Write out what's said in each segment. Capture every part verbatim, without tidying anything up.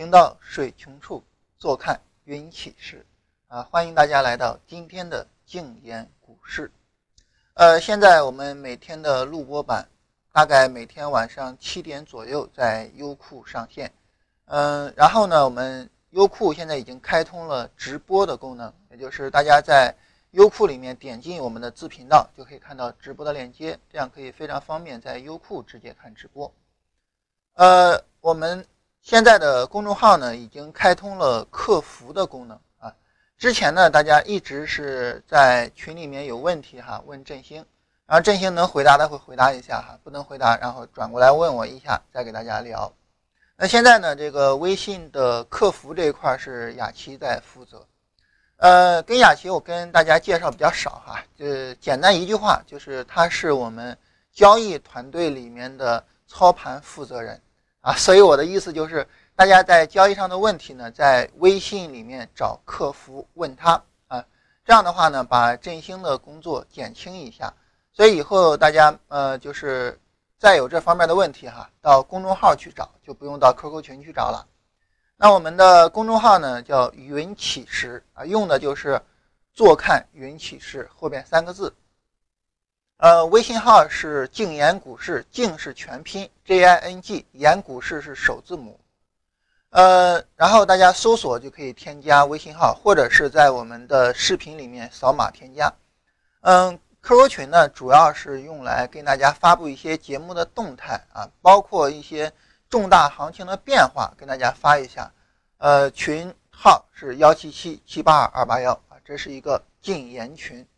行到水穷处，坐看云起时。啊，欢迎大家来到今天的静言股市。呃，现在我们每天的录播版，大概每天晚上七点左右在优酷上线。嗯、呃，然后呢，我们优酷现在已经开通了直播的功能，也就是大家在优酷里面点进我们的子频道，就可以看到直播的链接，这样可以非常方便在优酷直接看直播。呃，我们现在的公众号呢，已经开通了客服的功能啊。之前呢，大家一直是在群里面有问题哈，问振兴，然后振兴能回答的会回答一下哈，不能回答，然后转过来问我一下，再给大家聊。那现在呢，这个微信的客服这一块是雅琪在负责。呃，跟雅琪我跟大家介绍比较少哈，就简单一句话，就是他是我们交易团队里面的操盘负责人啊，所以我的意思就是，大家在交易上的问题呢，在微信里面找客服问他啊，这样的话呢，把振兴的工作减轻一下。所以以后大家呃，就是再有这方面的问题哈，到公众号去找，就不用到 Q Q 群去找了。那我们的公众号呢叫云起时啊，用的就是坐看云起时后边三个字。呃，微信号是静言股市，静是全拼 J I N G， 言股市是首字母。呃，然后大家搜索就可以添加微信号，或者是在我们的视频里面扫码添加。嗯 ，Q Q 群呢主要是用来跟大家发布一些节目的动态啊，包括一些重大行情的变化跟大家发一下。呃，群号是一七七七八二二八一啊，这是一个禁言群。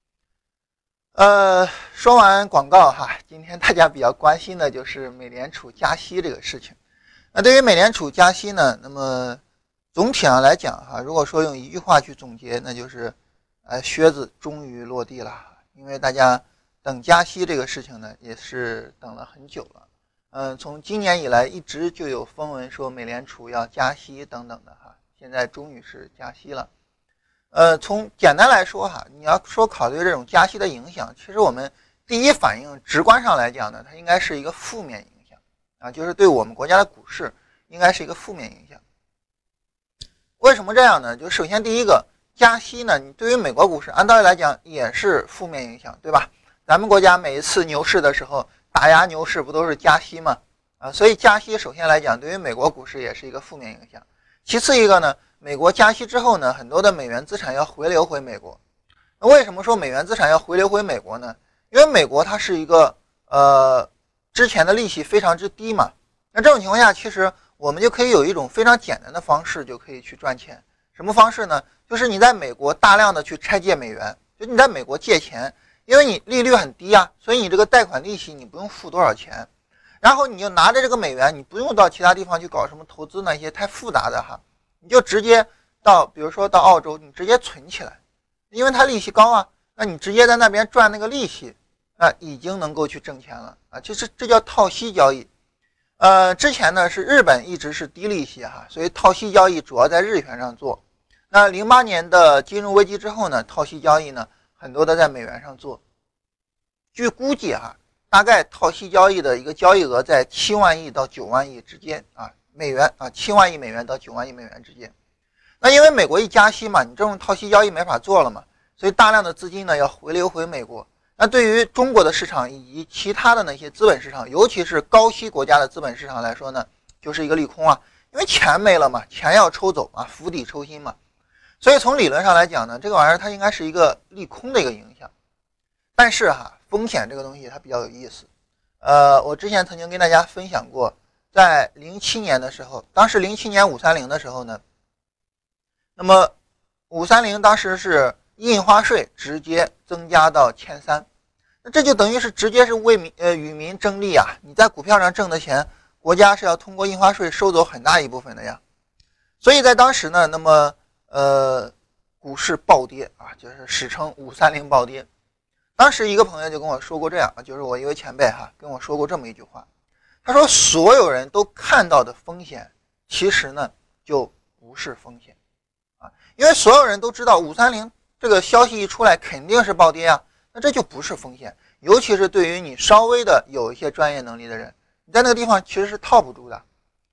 呃，说完广告哈，今天大家比较关心的就是美联储加息这个事情。那对于美联储加息呢，那么总体上来讲哈，如果说用一句话去总结，那就是呃靴子终于落地了，因为大家等加息这个事情呢，也是等了很久了。嗯，从今年以来一直就有风闻说美联储要加息等等的哈，现在终于是加息了。呃，从简单来说哈，你要说考虑这种加息的影响，其实我们第一反应直观上来讲呢，它应该是一个负面影响啊，就是对我们国家的股市应该是一个负面影响。为什么这样呢？就首先第一个，加息呢，你对于美国股市按道理来讲也是负面影响，对吧？咱们国家每一次牛市的时候，打压牛市不都是加息吗？啊，所以加息首先来讲，对于美国股市也是一个负面影响。其次一个呢，美国加息之后呢，很多的美元资产要回流回美国。那为什么说美元资产要回流回美国呢？因为美国它是一个呃之前的利息非常之低嘛。那这种情况下，其实我们就可以有一种非常简单的方式就可以去赚钱。什么方式呢？就是你在美国大量的去拆借美元，就你在美国借钱。因为你利率很低啊，所以你这个贷款利息你不用付多少钱，然后你就拿着这个美元，你不用到其他地方去搞什么投资那些太复杂的哈，你就直接到比如说到澳洲，你直接存起来，因为它利息高啊，那你直接在那边赚那个利息，那已经能够去挣钱了啊，这是这叫套息交易。呃，之前呢是日本一直是低利息哈，所以套息交易主要在日元上做。那零八年的金融危机之后呢，套息交易呢很多的在美元上做，据估计哈，大概套息交易的一个交易额在七万亿到九万亿之间啊，美元啊，七万亿美元到九万亿美元之间。那因为美国一加息嘛，你这种套息交易没法做了嘛，所以大量的资金呢要回流回美国。那对于中国的市场以及其他的那些资本市场，尤其是高息国家的资本市场来说呢，就是一个利空啊，因为钱没了嘛，钱要抽走啊，釜底抽薪嘛。所以从理论上来讲呢，这个玩意儿它应该是一个利空的一个影响。但是哈，风险这个东西它比较有意思。呃，我之前曾经跟大家分享过，在零七年的时候，当时零七年五三零的时候呢，那么五三零当时是印花税直接增加到千三，那这就等于是直接是为民呃与民争利啊！你在股票上挣的钱，国家是要通过印花税收走很大一部分的呀。所以在当时呢，那么呃，股市暴跌啊，就是史称五三零暴跌。当时一个朋友就跟我说过这样，就是我一位前辈哈，跟我说过这么一句话，他说所有人都看到的风险，其实呢就不是风险啊，因为所有人都知道五三零这个消息一出来肯定是暴跌啊，那这就不是风险。尤其是对于你稍微的有一些专业能力的人，你在那个地方其实是套不住的。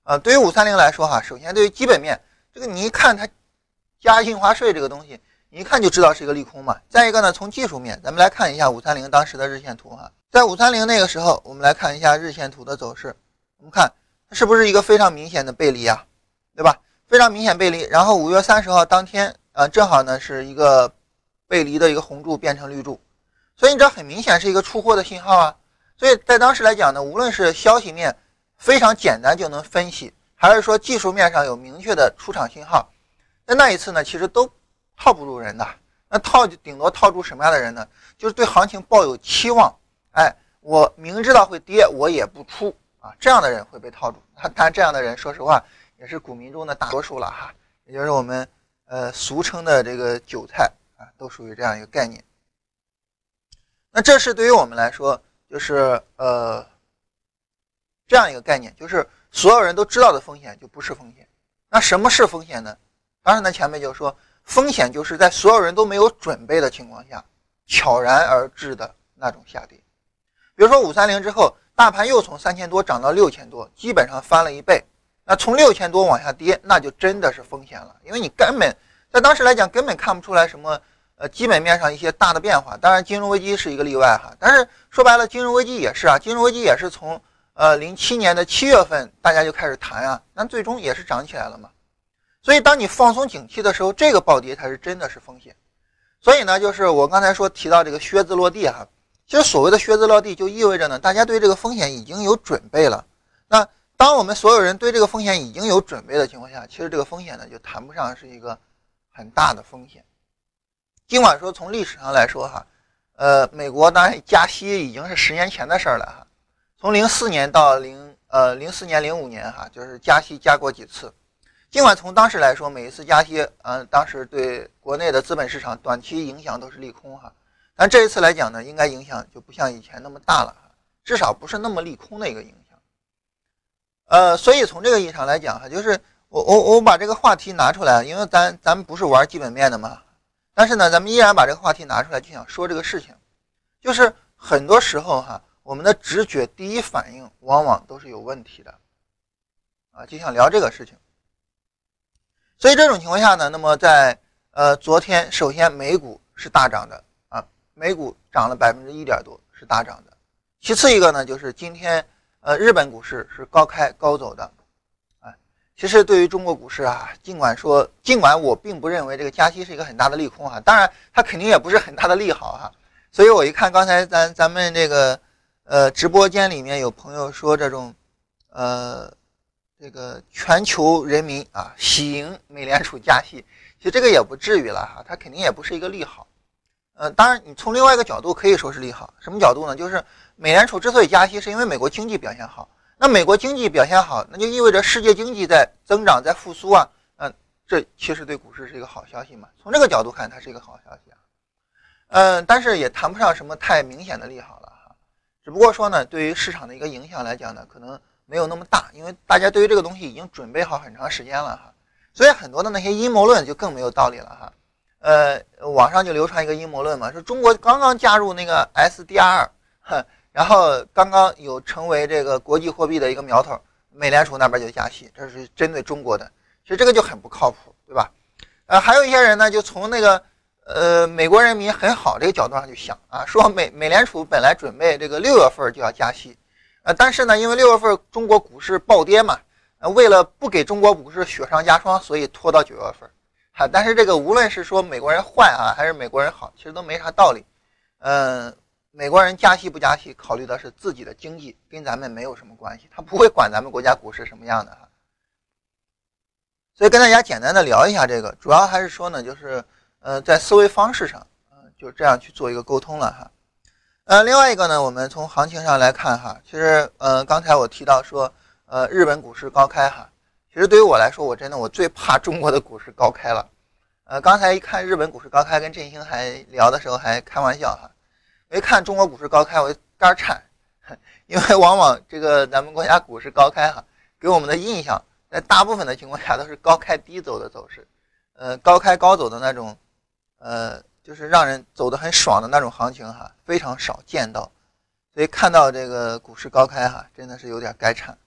呃，对于五三零来说哈，首先对于基本面，这个你一看它加印花税这个东西，你一看就知道是一个利空嘛。再一个呢，从技术面，咱们来看一下五三零当时的日线图哈。在五三零那个时候，我们来看一下日线图的走势，我们看它是不是一个非常明显的背离啊，对吧？非常明显背离。然后五月三十号当天，呃，正好呢是一个背离的一个红柱变成绿柱，所以你这很明显是一个出货的信号啊。所以在当时来讲呢，无论是消息面非常简单就能分析，还是说技术面上有明确的出场信号，那那一次呢，其实都套不住人的。那套顶多套住什么样的人呢？就是对行情抱有期望，哎，我明知道会跌，我也不出啊，这样的人会被套住。当然，这样的人说实话也是股民中的大多数了哈，也就是我们呃俗称的这个韭菜啊，都属于这样一个概念。那这是对于我们来说，就是呃这样一个概念，就是所有人都知道的风险就不是风险。那什么是风险呢？当然呢，前面就说风险就是在所有人都没有准备的情况下悄然而至的那种下跌。比如说五三零之后，大盘又从三千多涨到六千多，基本上翻了一倍。那从六千多往下跌，那就真的是风险了，因为你根本在当时来讲根本看不出来什么呃基本面上一些大的变化。当然金融危机是一个例外哈，但是说白了金融危机也是啊，金融危机也是从呃零七年的七月份大家就开始谈啊，那最终也是涨起来了嘛。所以当你放松警惕的时候，这个暴跌才是真的是风险。所以呢，就是我刚才说提到这个靴子落地哈，其实所谓的靴子落地就意味着呢，大家对这个风险已经有准备了。那当我们所有人对这个风险已经有准备的情况下，其实这个风险呢就谈不上是一个很大的风险。尽管说从历史上来说哈，呃，美国当然加息已经是十年前的事儿了哈，从零四年到零呃零四年零五年哈，就是加息加过几次。尽管从当时来说，每一次加息，呃，当时对国内的资本市场短期影响都是利空哈，但这一次来讲呢，应该影响就不像以前那么大了，至少不是那么利空的一个影响。呃，所以从这个意义上来讲哈，就是我我我把这个话题拿出来，因为咱咱们不是玩基本面的嘛，但是呢，咱们依然把这个话题拿出来，就想说这个事情，就是很多时候哈，我们的直觉第一反应往往都是有问题的，啊，就想聊这个事情。所以这种情况下呢，那么在呃昨天，首先美股是大涨的啊，美股涨了百分之一点多，是大涨的。其次一个呢，就是今天呃日本股市是高开高走的，啊，其实对于中国股市啊，尽管说，尽管我并不认为这个加息是一个很大的利空啊，当然它肯定也不是很大的利好哈。所以我一看刚才咱咱们这个呃直播间里面有朋友说这种呃。这个全球人民啊喜迎美联储加息，其实这个也不至于了哈，它肯定也不是一个利好。呃，当然你从另外一个角度可以说是利好，什么角度呢？就是美联储之所以加息，是因为美国经济表现好。那美国经济表现好，那就意味着世界经济在增长，在复苏啊。嗯、呃，这其实对股市是一个好消息嘛。从这个角度看，它是一个好消息啊。嗯、呃，但是也谈不上什么太明显的利好了哈。只不过说呢，对于市场的一个影响来讲呢，可能没有那么大，因为大家对于这个东西已经准备好很长时间了哈，所以很多的那些阴谋论就更没有道理了哈。呃，网上就流传一个阴谋论嘛，说中国刚刚加入那个 S D R， 然后刚刚有成为这个国际货币的一个苗头，美联储那边就加息，这是针对中国的，其实这个就很不靠谱，对吧？呃，还有一些人呢，就从那个呃美国人民很好这个角度上去想啊，说美美联储本来准备这个六月份就要加息。呃，但是呢，因为六月份中国股市暴跌嘛，呃，为了不给中国股市雪上加霜，所以拖到九月份。哈、啊，但是这个无论是说美国人坏啊，还是美国人好，其实都没啥道理。嗯、呃，美国人加息不加息，考虑的是自己的经济，跟咱们没有什么关系，他不会管咱们国家股市什么样的哈。所以跟大家简单的聊一下这个，主要还是说呢，就是呃，在思维方式上，呃，就这样去做一个沟通了哈。呃，另外一个呢，我们从行情上来看哈，其实呃，刚才我提到说，呃，日本股市高开哈，其实对于我来说，我真的我最怕中国的股市高开了。呃，刚才一看日本股市高开，跟振兴还聊的时候还开玩笑哈，我一看中国股市高开，我就肝颤，因为往往这个咱们国家股市高开哈，给我们的印象，在大部分的情况下都是高开低走的走势，呃，高开高走的那种，呃。就是让人走得很爽的那种行情哈，非常少见到，所以看到这个股市高开哈，真的是有点该颤。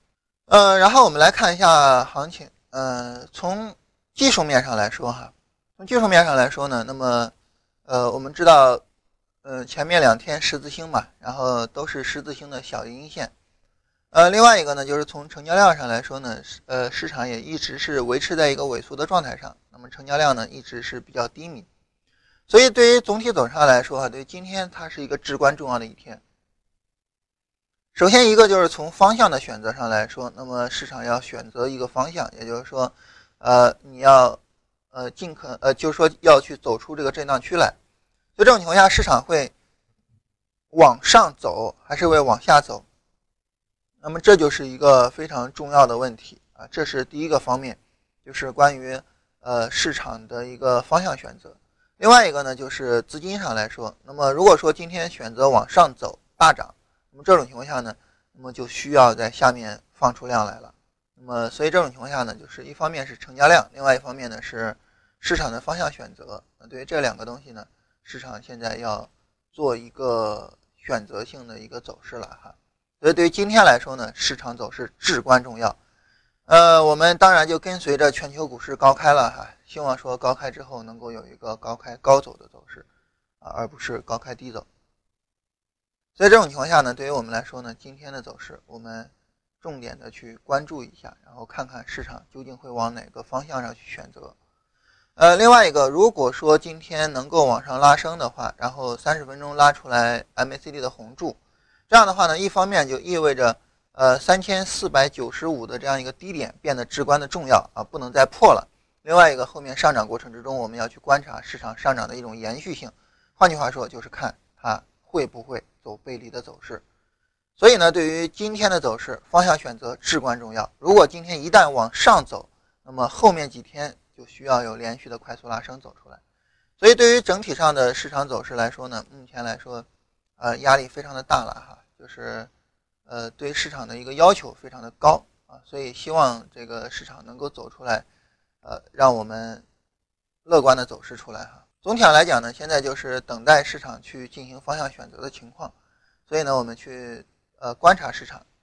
呃，然后我们来看一下行情。呃，从技术面上来说哈，从技术面上来说呢，那么呃，我们知道，呃，前面两天十字星嘛，然后都是十字星的小阴线。呃，另外一个呢，就是从成交量上来说呢，呃，市场也一直是维持在一个萎缩的状态上，那么成交量呢一直是比较低迷。所以对于总体走势上来说啊，对今天它是一个至关重要的一天。首先一个就是从方向的选择上来说，那么市场要选择一个方向，也就是说，呃，你要呃尽可呃就是说要去走出这个震荡区来。所以这种情况下，市场会往上走还是会往下走？那么这就是一个非常重要的问题啊，这是第一个方面，就是关于呃市场的一个方向选择。另外一个呢，就是资金上来说，那么如果说今天选择往上走大涨，那么这种情况下呢，那么就需要在下面放出量来了。那么所以这种情况下呢，就是一方面是成交量，另外一方面呢是市场的方向选择。那对于这两个东西呢，市场现在要做一个选择性的一个走势了哈。所以对于今天来说呢，市场走势至关重要。呃，我们当然就跟随着全球股市高开了哈，希望说高开之后能够有一个高开高走的走势啊，而不是高开低走。所以这种情况下呢，对于我们来说呢，今天的走势我们重点的去关注一下，然后看看市场究竟会往哪个方向上去选择。呃，另外一个，如果说今天能够往上拉升的话，然后三十分钟拉出来 M A C D 的红柱，这样的话呢，一方面就意味着呃三千四百九十五的这样一个低点变得至关的重要啊，不能再破了。另外一个，后面上涨过程之中，我们要去观察市场上涨的一种延续性，换句话说，就是看它会不会走背离的走势。所以呢，对于今天的走势，方向选择至关重要。如果今天一旦往上走，那么后面几天就需要有连续的快速拉升走出来。所以对于整体上的市场走势来说呢，目前来说，呃，压力非常的大了哈，就是呃对市场的一个要求非常的高啊，所以希望这个市场能够走出来，呃，让我们乐观的走势出来哈。总体上来讲呢，现在就是等待市场去进行方向选择的情况，所以呢，我们去呃观察市场。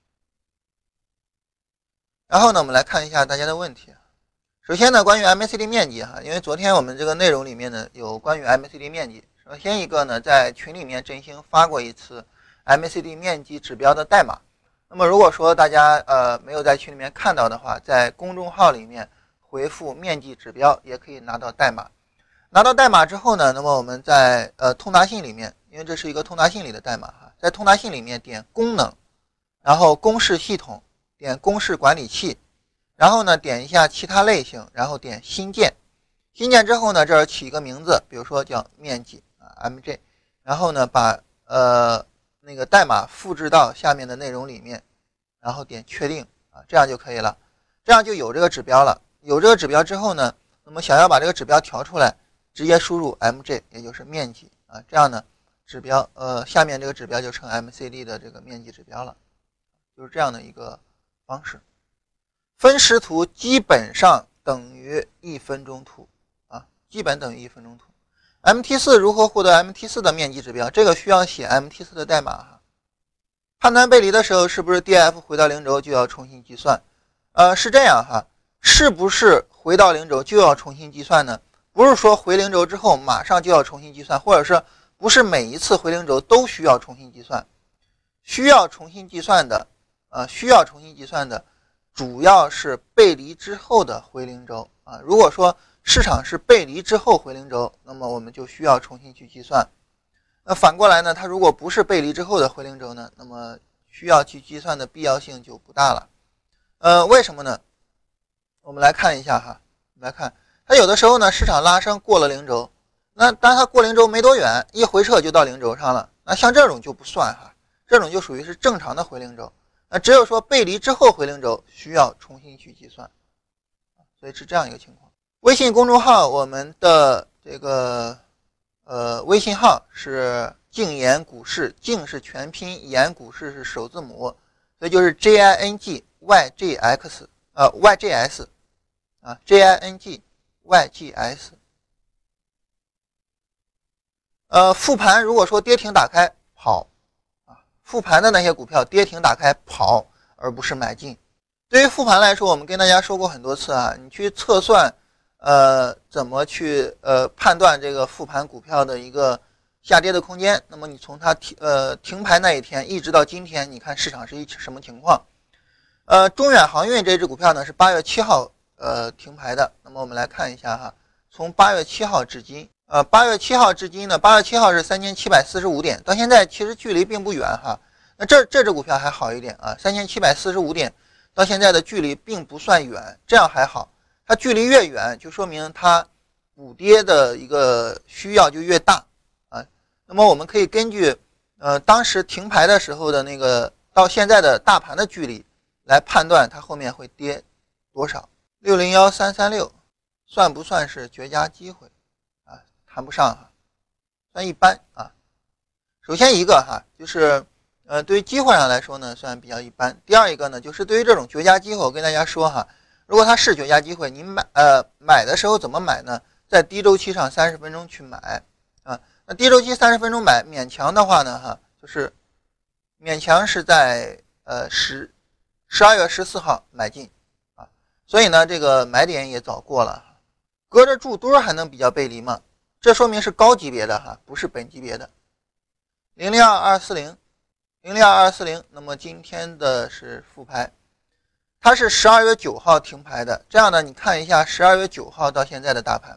然后呢，我们来看一下大家的问题。首先呢，关于 M A C D 面积哈，因为昨天我们这个内容里面呢有关于 M A C D 面积。首先一个呢，在群里面振兴发过一次 M A C D 面积指标的代码。那么如果说大家呃没有在群里面看到的话，在公众号里面回复面积指标也可以拿到代码。拿到代码之后呢，那么我们在呃通达信里面，因为这是一个通达信里的代码哈，在通达信里面点功能，然后公式系统，点公式管理器。然后呢，点一下其他类型，然后点新建。新建之后呢，这儿起一个名字，比如说叫面积啊 M J， 然后呢，把呃那个代码复制到下面的内容里面，然后点确定啊，这样就可以了。这样就有这个指标了。有这个指标之后呢，那么想要把这个指标调出来，直接输入 M J， 也就是面积啊，这样呢，指标呃下面这个指标就成 M C D 的这个面积指标了，就是这样的一个方式。分时图基本上等于一分钟图啊，基本等于一分钟图。M T 四 如何获得 M T 四 的面积指标？这个需要写 M T 四 的代码哈。判断背离的时候，是不是 D F 回到零轴就要重新计算？呃，是这样哈，是不是回到零轴就要重新计算呢？不是说回零轴之后马上就要重新计算，或者是不是每一次回零轴都需要重新计算？需要重新计算的，呃，需要重新计算的。主要是背离之后的回零轴啊，如果说市场是背离之后回零轴，那么我们就需要重新去计算。那反过来呢，它如果不是背离之后的回零轴呢，那么需要去计算的必要性就不大了。呃，为什么呢？我们来看一下哈，我们来看它有的时候呢，市场拉升过了零轴，那当它过零轴没多远，一回撤就到零轴上了，那像这种就不算哈，这种就属于是正常的回零轴。那只有说背离之后回零轴需要重新去计算，所以是这样一个情况。微信公众号我们的这个呃微信号是静言股市，静是全拼，言股市是首字母，所以就是 J I N G Y G X 呃 Y G S 啊 J I N G Y G S。呃复盘如果说跌停打开跑。复盘的那些股票跌停打开跑，而不是买进。 对于复盘来说，我们跟大家说过很多次啊，你去测算，呃，怎么去呃判断这个复盘股票的一个下跌的空间。那么你从它停呃停牌那一天一直到今天，你看市场是一什么情况？呃，中远航运这只股票呢是八月七号呃停牌的。那么我们来看一下哈，从八月七号至今，呃，八月七号至今呢，八月七号是三千七百四十五点，到现在其实距离并不远哈。那这这只股票还好一点啊，三千七百四十五点。到现在的距离并不算远，这样还好。它距离越远，就说明它补跌的一个需要就越大啊。那么我们可以根据呃当时停牌的时候的那个到现在的大盘的距离来判断它后面会跌多少。六零一三三六算不算是绝佳机会啊？谈不上哈，算一般啊。首先一个哈就是。呃，对于机会上来说呢，算比较一般。第二一个呢，就是对于这种绝佳机会，我跟大家说哈，如果它是绝佳机会，你买呃买的时候怎么买呢？在低周期上三十分钟去买啊。那低周期三十分钟买，勉强的话呢，哈，就是勉强是在呃十十二月十四号买进啊。所以呢，这个买点也早过了，隔着柱墩还能比较背离吗？这说明是高级别的哈，不是本级别的。零零二二四零。零零二二四零，那么今天的是复牌，它是十二月九号停牌的。这样呢，你看一下十二月九号到现在的大盘，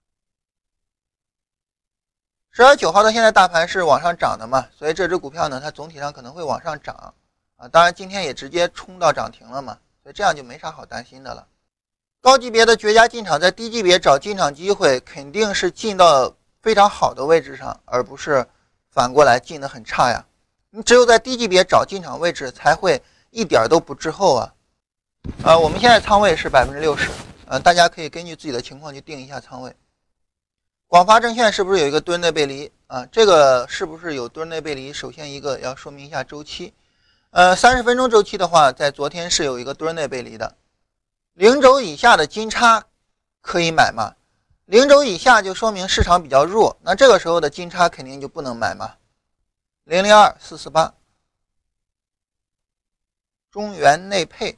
十二月九号到现在大盘是往上涨的嘛，所以这只股票呢，它总体上可能会往上涨啊。当然今天也直接冲到涨停了嘛，所以这样就没啥好担心的了。高级别的绝佳进场，在低级别找进场机会，肯定是进到非常好的位置上，而不是反过来进得很差呀。你只有在低级别找进场位置，才会一点都不滞后啊！呃，我们现在仓位是百分之六十，呃，大家可以根据自己的情况去定一下仓位。广发证券是不是有一个墩内背离啊？这个是不是有墩内背离？首先一个要说明一下周期，呃，三十分钟周期的话，在昨天是有一个墩内背离的。零轴以下的金叉可以买吗？零轴以下就说明市场比较弱，那这个时候的金叉肯定就不能买嘛。零零二四四八，中原内配，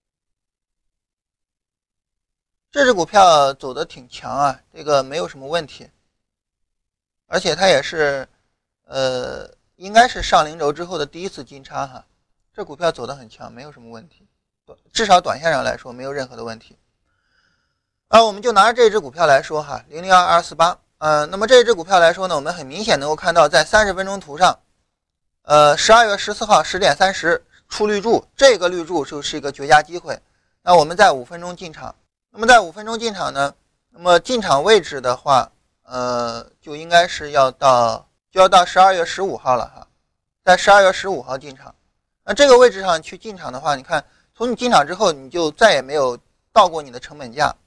这只股票走的挺强啊，这个没有什么问题，而且它也是，呃，应该是上零轴之后的第一次金叉哈，这股票走的很强，没有什么问题，至少短线上来说没有任何的问题。啊，我们就拿着这只股票来说哈，零零二二四八，呃，那么这只股票来说呢，我们很明显能够看到在三十分钟图上。呃，十二月十四号十点三十出绿柱，这个绿柱就是一个绝佳机会。那我们在五分钟进场，那么在五分钟进场呢，那么进场位置的话，呃，就应该是要到就要到十二月十五号了哈，在十二月十五号进场。那这个位置上去进场的话，你看从你进场之后，你就再也没有到过你的成本价，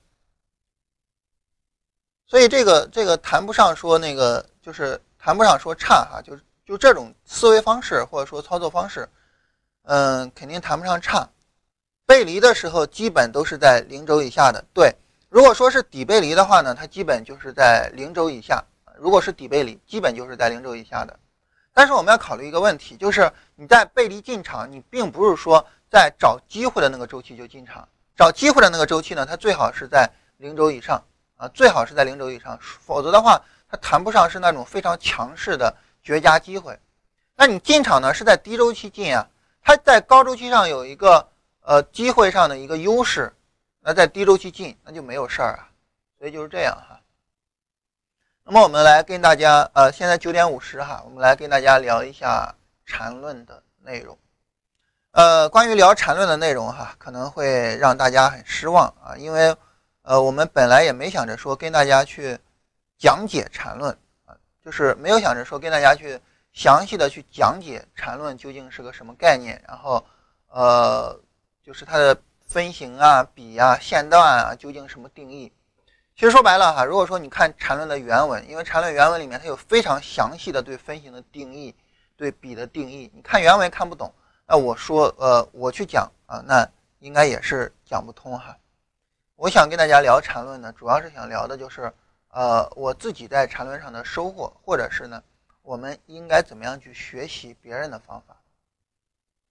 所以这个这个谈不上说那个就是谈不上说差哈，就是。就这种思维方式或者说操作方式，嗯，肯定谈不上差。背离的时候基本都是在零轴以下的。对，如果说是底背离的话呢，它基本就是在零轴以下。如果是底背离，基本就是在零轴以下的。但是我们要考虑一个问题，就是你在背离进场，你并不是说在找机会的那个周期就进场。找机会的那个周期呢，它最好是在零轴以上啊，最好是在零轴以上，否则的话，它谈不上是那种非常强势的绝佳机会。那你进场呢是在低周期进啊，它在高周期上有一个呃机会上的一个优势，那在低周期进那就没有事儿啊，所以就是这样哈。那么我们来跟大家呃现在九点五十哈，我们来跟大家聊一下缠论的内容。呃，关于聊缠论的内容哈，可能会让大家很失望啊，因为呃我们本来也没想着说跟大家去讲解缠论。就是没有想着说跟大家去详细的去讲解缠论究竟是个什么概念，然后呃就是它的分型啊、比啊、线段啊究竟什么定义。其实说白了哈，如果说你看缠论的原文，因为缠论原文里面它有非常详细的对分型的定义、对比的定义，你看原文看不懂，那我说呃我去讲啊，那应该也是讲不通哈。我想跟大家聊缠论呢，主要是想聊的就是呃，我自己在缠论上的收获，或者是呢，我们应该怎么样去学习别人的方法。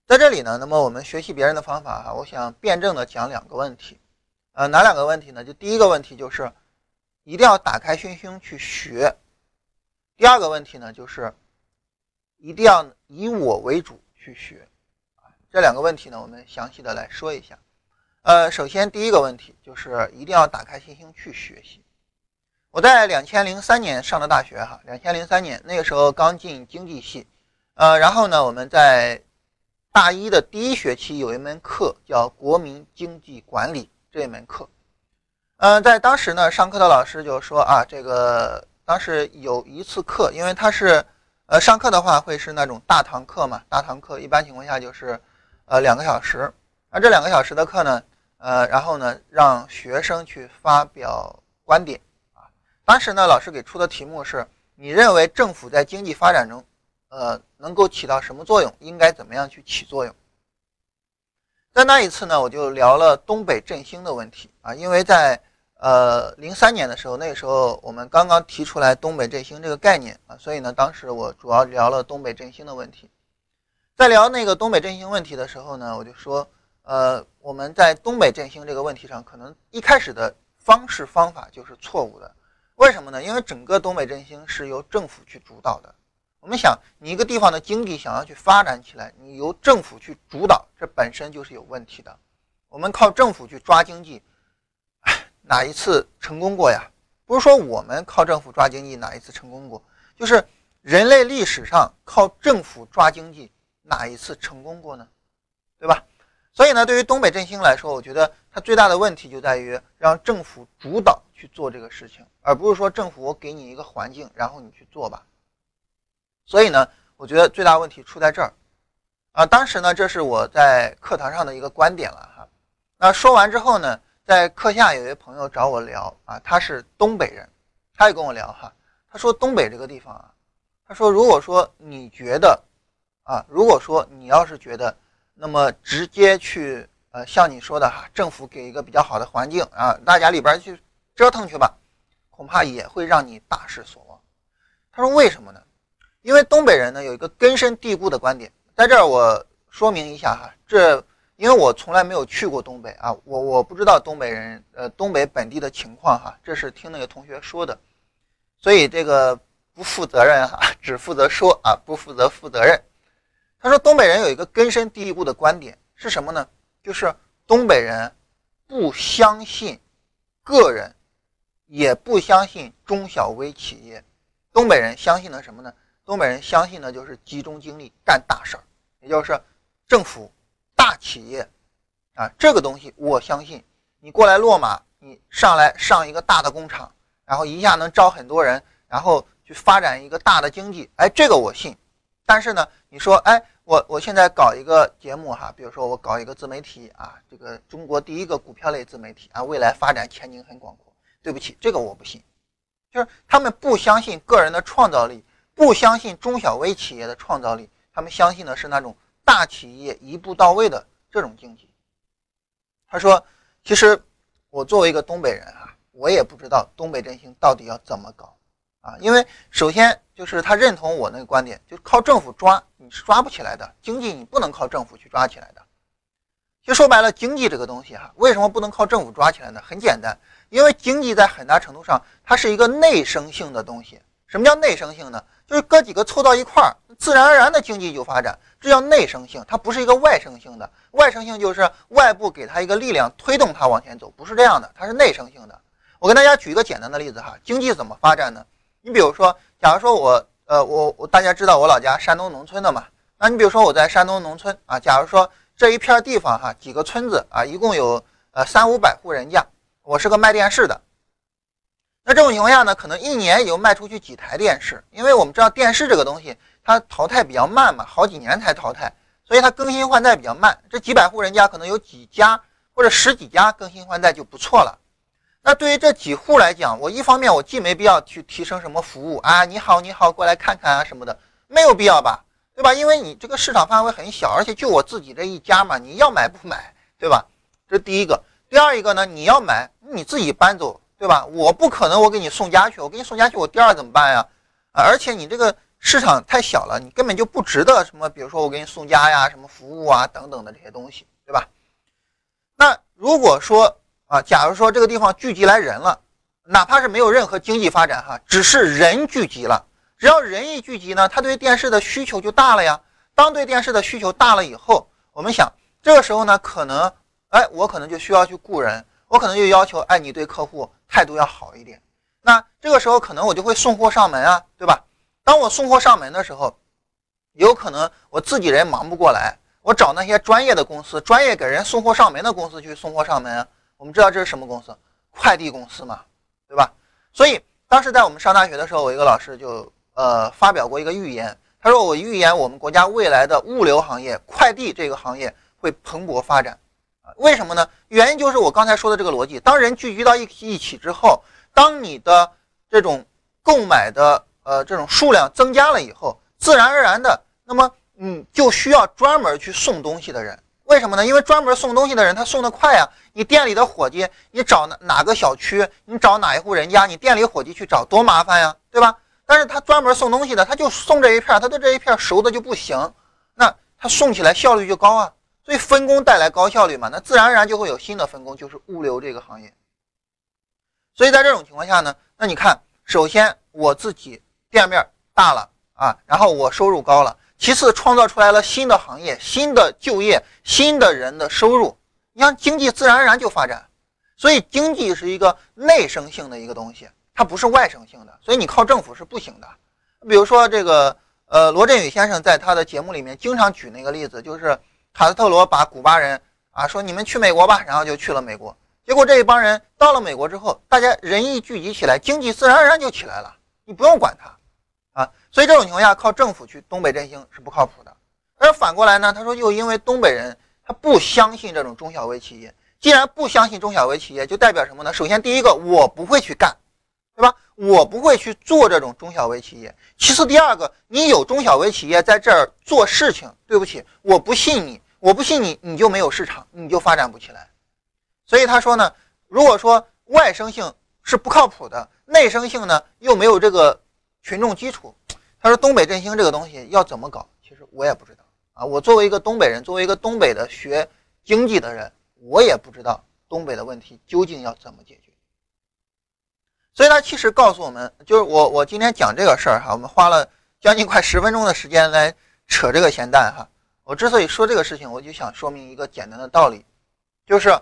在这里呢，那么我们学习别人的方法哈，我想辩证的讲两个问题。呃，哪两个问题呢？就第一个问题就是一定要打开心胸去学。第二个问题呢，就是一定要以我为主去学。这两个问题呢，我们详细的来说一下。呃，首先第一个问题就是一定要打开心胸去学习。我在两千零三年上的大学哈，两千零三年那个时候刚进经济系，呃，然后呢，我们在大一的第一学期有一门课叫国民经济管理这一门课。呃，在当时呢，上课的老师就说啊，这个当时有一次课，因为他是呃上课的话会是那种大堂课嘛，大堂课一般情况下就是呃两个小时。那这两个小时的课呢，呃，然后呢让学生去发表观点啊。当时呢，老师给出的题目是：你认为政府在经济发展中呃，能够起到什么作用？应该怎么样去起作用？在那一次呢，我就聊了东北振兴的问题啊，因为在呃零三年的时候，那个时候我们刚刚提出来东北振兴这个概念啊，所以呢，当时我主要聊了东北振兴的问题。在聊那个东北振兴问题的时候呢，我就说，呃，我们在东北振兴这个问题上，可能一开始的方式方法就是错误的。为什么呢？因为整个东北振兴是由政府去主导的。我们想，你一个地方的经济想要去发展起来，你由政府去主导，这本身就是有问题的。我们靠政府去抓经济，哪一次成功过呀？不是说我们靠政府抓经济哪一次成功过，就是人类历史上靠政府抓经济哪一次成功过呢？对吧？所以呢，对于东北振兴来说，我觉得它最大的问题就在于让政府主导去做这个事情，而不是说政府我给你一个环境，然后你去做吧。所以呢，我觉得最大问题出在这儿啊。当时呢，这是我在课堂上的一个观点了哈。那说完之后呢，在课下有一位朋友找我聊啊，他是东北人，他也跟我聊哈。他说东北这个地方啊，他说如果说你觉得啊，如果说你要是觉得，那么直接去呃像你说的哈，政府给一个比较好的环境啊，大家里边去折腾去吧，恐怕也会让你大失所望。他说为什么呢？因为东北人呢有一个根深蒂固的观点，在这儿我说明一下哈，这因为我从来没有去过东北啊，我我不知道东北人呃东北本地的情况哈，这是听那个同学说的，所以这个不负责任哈，只负责说啊，不负责负责任。他说东北人有一个根深蒂固的观点是什么呢？就是东北人不相信个人，也不相信中小微企业。东北人相信的什么呢？东北人相信的就是集中精力干大事儿，也就是政府大企业啊，这个东西我相信。你过来落马，你上来上一个大的工厂，然后一下能招很多人，然后去发展一个大的经济，哎，这个我信。但是呢，你说，哎，我我现在搞一个节目哈，比如说我搞一个自媒体啊，这个中国第一个股票类自媒体啊，未来发展前景很广阔。对不起，这个我不信，就是他们不相信个人的创造力。不相信中小微企业的创造力，他们相信的是那种大企业一步到位的这种经济。他说，其实我作为一个东北人啊，我也不知道东北振兴到底要怎么搞啊，因为首先就是他认同我那个观点，就是靠政府抓你是抓不起来的，经济你不能靠政府去抓起来的。其实说白了，经济这个东西哈，为什么不能靠政府抓起来呢？很简单，因为经济在很大程度上它是一个内生性的东西。什么叫内生性呢？就是哥几个凑到一块儿，自然而然的经济就发展，这叫内生性，它不是一个外生性的。外生性就是外部给它一个力量推动它往前走，不是这样的，它是内生性的。我跟大家举一个简单的例子哈，经济怎么发展呢？你比如说，假如说我呃我我大家知道我老家山东农村的嘛，那你比如说我在山东农村啊，假如说这一片地方哈，几个村子啊，一共有呃三五百户人家，我是个卖电视的。那这种情况下呢，可能一年也就卖出去几台电视，因为我们知道电视这个东西它淘汰比较慢嘛，好几年才淘汰，所以它更新换代比较慢。这几百户人家可能有几家或者十几家更新换代就不错了。那对于这几户来讲，我一方面我既没必要去提升什么服务啊，你好你好过来看看啊什么的，没有必要吧，对吧？因为你这个市场范围很小，而且就我自己这一家嘛，你要买不买，对吧？这是第一个。第二一个呢，你要买你自己搬走，对吧？我不可能我给你送家去，我给你送家去我第二怎么办呀？啊，而且你这个市场太小了，你根本就不值得什么，比如说我给你送家呀、什么服务啊等等的这些东西，对吧？那如果说啊，假如说这个地方聚集来人了，哪怕是没有任何经济发展哈，只是人聚集了，只要人一聚集呢，他对电视的需求就大了呀。当对电视的需求大了以后，我们想这个时候呢，可能哎，我可能就需要去雇人，我可能就要求哎，你对客户态度要好一点。那这个时候可能我就会送货上门啊，对吧？当我送货上门的时候，有可能我自己人忙不过来，我找那些专业的公司，专业给人送货上门的公司去送货上门啊。我们知道这是什么公司？快递公司嘛，对吧？所以当时在我们上大学的时候，我一个老师就呃发表过一个预言，他说我预言我们国家未来的物流行业、快递这个行业会蓬勃发展。为什么呢？原因就是我刚才说的这个逻辑，当人聚集到一一起之后，当你的这种购买的呃这种数量增加了以后，自然而然的，那么嗯就需要专门去送东西的人。为什么呢？因为专门送东西的人他送得快呀。你店里的伙计，你找哪哪个小区，你找哪一户人家，你店里伙计去找多麻烦呀，对吧？但是他专门送东西的，他就送这一片，他对这一片熟的就不行，那他送起来效率就高啊。所以分工带来高效率嘛，那自然而然就会有新的分工，就是物流这个行业。所以在这种情况下呢，那你看，首先我自己店面大了啊，然后我收入高了，其次创造出来了新的行业、新的就业、新的人的收入，你看经济自然而然就发展。所以经济是一个内生性的一个东西，它不是外生性的，所以你靠政府是不行的。比如说这个呃罗振宇先生在他的节目里面经常举那个例子，就是卡斯特罗把古巴人啊说你们去美国吧，然后就去了美国。结果这一帮人到了美国之后，大家人一聚集起来，经济自然而然就起来了，你不用管它啊。所以这种情况下，靠政府去东北振兴是不靠谱的。而反过来呢，他说又因为东北人他不相信这种中小微企业，既然不相信中小微企业，就代表什么呢？首先第一个，我不会去干，对吧？我不会去做这种中小微企业。其次第二个，你有中小微企业在这儿做事情，对不起，我不信你，我不信你，你就没有市场，你就发展不起来。所以他说呢，如果说外生性是不靠谱的，内生性呢又没有这个群众基础，他说东北振兴这个东西要怎么搞，其实我也不知道啊。我作为一个东北人，作为一个东北的学经济的人，我也不知道东北的问题究竟要怎么解决。所以他其实告诉我们，就是我我今天讲这个事儿哈，我们花了将近快十分钟的时间来扯这个闲蛋哈。我之所以说这个事情，我就想说明一个简单的道理，就是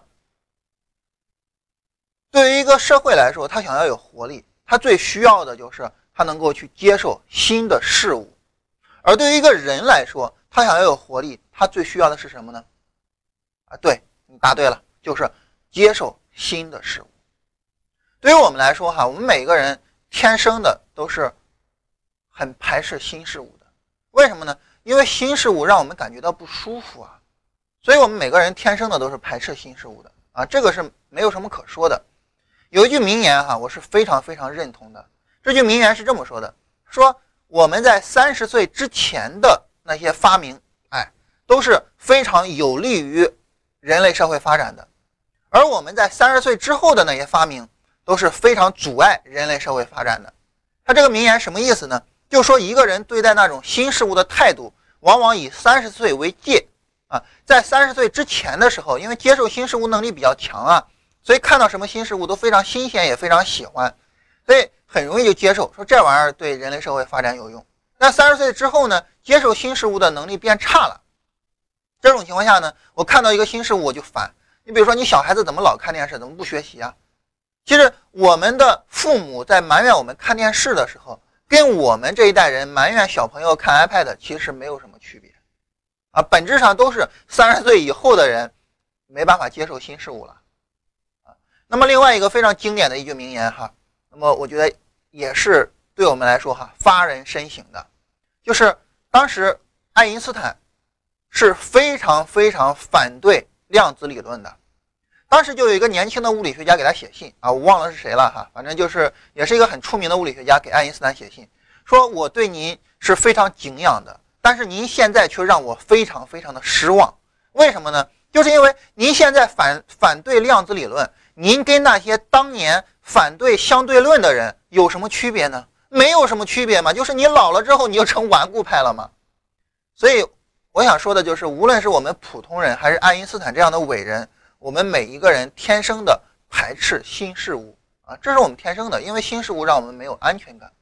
对于一个社会来说，它想要有活力，它最需要的就是它能够去接受新的事物。而对于一个人来说，他想要有活力，他最需要的是什么呢？啊，对，你答对了，就是接受新的事物。对于我们来说哈，我们每个人天生的都是很排斥新事物的。为什么呢？因为新事物让我们感觉到不舒服啊，所以我们每个人天生的都是排斥新事物的啊，这个是没有什么可说的。有一句名言哈，我是非常非常认同的。这句名言是这么说的，说我们在三十岁之前的那些发明，哎，都是非常有利于人类社会发展的，而我们在三十岁之后的那些发明都是非常阻碍人类社会发展的。他这个名言什么意思呢？就说一个人对待那种新事物的态度，往往以三十岁为界啊。在三十岁之前的时候，因为接受新事物能力比较强啊，所以看到什么新事物都非常新鲜，也非常喜欢，所以很容易就接受，说这玩意儿对人类社会发展有用。那三十岁之后呢，接受新事物的能力变差了。这种情况下呢，我看到一个新事物我就烦。你比如说，你小孩子怎么老看电视，怎么不学习啊？其实我们的父母在埋怨我们看电视的时候，跟我们这一代人埋怨小朋友看 iPad 其实没有什么区别啊，本质上都是三十岁以后的人没办法接受新事物了啊。那么另外一个非常经典的一句名言哈，那么我觉得也是对我们来说哈发人深省的，就是当时爱因斯坦是非常非常反对量子理论的。当时就有一个年轻的物理学家给他写信啊，我忘了是谁了哈，反正就是也是一个很出名的物理学家给爱因斯坦写信，说我对您是非常敬仰的，但是您现在却让我非常非常的失望。为什么呢？就是因为您现在反反对量子理论，您跟那些当年反对相对论的人有什么区别呢？ 没有什么区别嘛，就是你老了之后你就成顽固派了嘛。所以我想说的就是，无论是我们普通人还是爱因斯坦这样的伟人，我们每一个人天生的排斥新事物啊，这是我们天生的，因为新事物让我们没有安全感。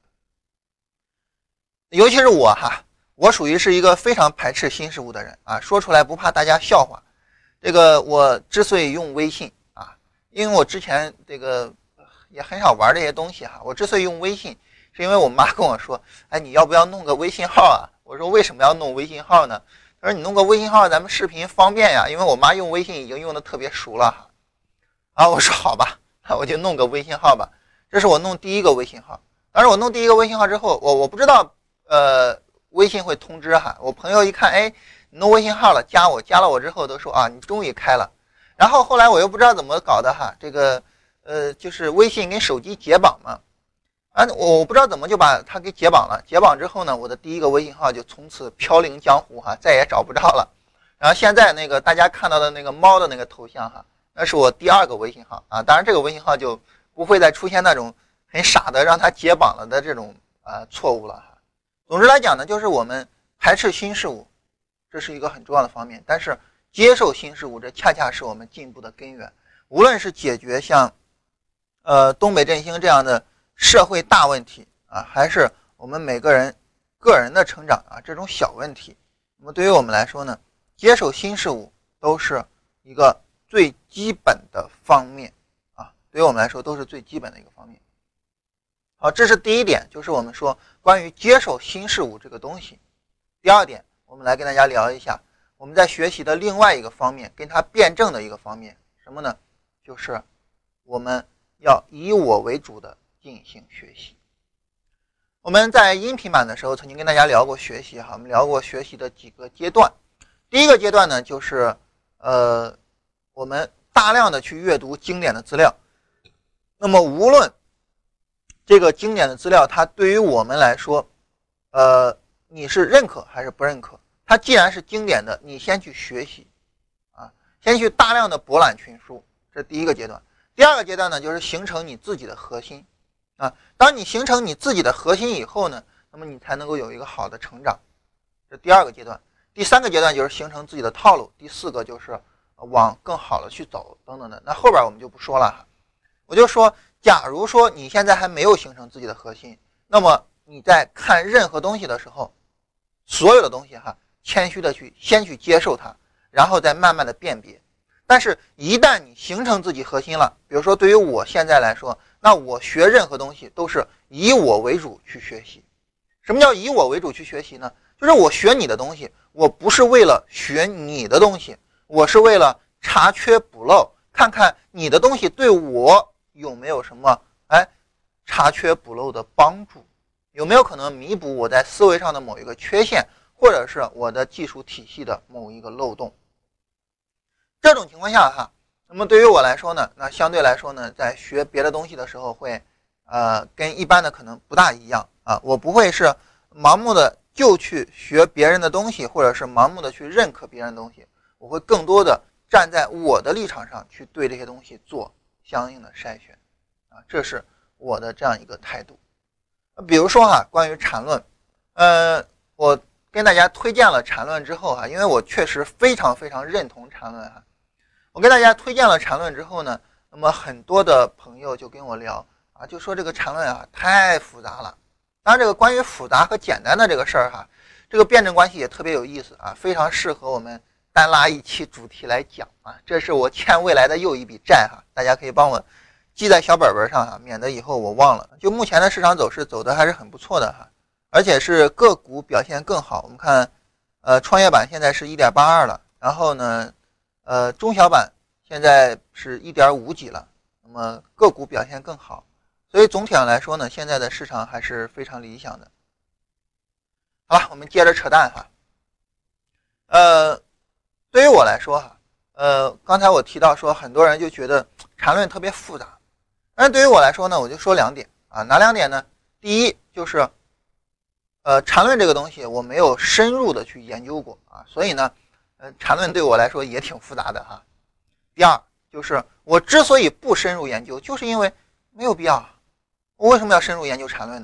尤其是我哈，我属于是一个非常排斥新事物的人啊，说出来不怕大家笑话。这个我之所以用微信啊，因为我之前这个也很少玩这些东西哈。我之所以用微信，是因为我妈跟我说，哎，你要不要弄个微信号啊？我说为什么要弄微信号呢？她说你弄个微信号，咱们视频方便呀。因为我妈用微信已经用的特别熟了哈。啊，我说好吧，我就弄个微信号吧。这是我弄第一个微信号。当时我弄第一个微信号之后，我我不知道呃微信会通知哈。我朋友一看，哎，你弄微信号了，加我，加了我之后都说啊，你终于开了。然后后来我又不知道怎么搞的哈，这个呃就是微信跟手机解绑嘛。啊，我不知道怎么就把它给解绑了。解绑之后呢，我的第一个微信号就从此飘零江湖哈，再也找不着了。然后现在那个大家看到的那个猫的那个头像哈，那是我第二个微信号啊。当然这个微信号就不会再出现那种很傻的让它解绑了的这种啊、呃、错误了哈。总之来讲呢，就是我们排斥新事物，这是一个很重要的方面。但是接受新事物，这恰恰是我们进步的根源。无论是解决像呃东北振兴这样的社会大问题啊，还是我们每个人个人的成长啊，这种小问题，那么对于我们来说呢，接受新事物都是一个最基本的方面啊，对于我们来说都是最基本的一个方面。好，这是第一点，就是我们说关于接受新事物这个东西。第二点，我们来跟大家聊一下我们在学习的另外一个方面，跟它辩证的一个方面，什么呢？就是我们要以我为主的进行学习。我们在音频版的时候曾经跟大家聊过学习哈，我们聊过学习的几个阶段。第一个阶段呢，就是呃，我们大量的去阅读经典的资料。那么无论这个经典的资料它对于我们来说，呃，你是认可还是不认可，它既然是经典的，你先去学习啊，先去大量的博览群书，这是第一个阶段。第二个阶段呢，就是形成你自己的核心啊。当你形成你自己的核心以后呢，那么你才能够有一个好的成长，这第二个阶段。第三个阶段就是形成自己的套路，第四个就是往更好的去走等等的。那后边我们就不说了哈，我就说，假如说你现在还没有形成自己的核心，那么你在看任何东西的时候，所有的东西哈，谦虚的去先去接受它，然后再慢慢的辨别。但是一旦你形成自己核心了，比如说对于我现在来说，那我学任何东西都是以我为主去学习。什么叫以我为主去学习呢？就是我学你的东西，我不是为了学你的东西，我是为了查缺补漏，看看你的东西对我有没有什么哎查缺补漏的帮助，有没有可能弥补我在思维上的某一个缺陷，或者是我的技术体系的某一个漏洞。这种情况下哈，那么对于我来说呢，那相对来说呢，在学别的东西的时候会呃跟一般的可能不大一样啊，我不会是盲目的就去学别人的东西，或者是盲目的去认可别人的东西，我会更多的站在我的立场上去对这些东西做相应的筛选啊，这是我的这样一个态度。比如说哈，关于禅论，呃，我跟大家推荐了禅论之后哈，因为我确实非常非常认同禅论哈，我跟大家推荐了禅论之后呢，那么很多的朋友就跟我聊啊，就说这个禅论啊太复杂了。当然，这个关于复杂和简单的这个事儿哈，这个辩证关系也特别有意思啊，非常适合我们单拉一期主题来讲啊。这是我欠未来的又一笔债哈，大家可以帮我记在小本本上哈，免得以后我忘了。就目前的市场走势走的还是很不错的哈，而且是个股表现更好。我们看，呃，创业板现在是 一点八二 了，然后呢，呃，中小板现在是 一点五 几了，那么个股表现更好。所以总体上来说呢，现在的市场还是非常理想的。好了，我们接着扯淡哈。呃，对于我来说哈，呃，刚才我提到说，很多人就觉得禅论特别复杂，但是对于我来说呢，我就说两点啊，哪两点呢？第一就是，呃，禅论这个东西我没有深入的去研究过啊，所以呢，呃，禅论对我来说也挺复杂的哈。第二就是我之所以不深入研究，就是因为没有必要。我为什么要深入研究禅论呢？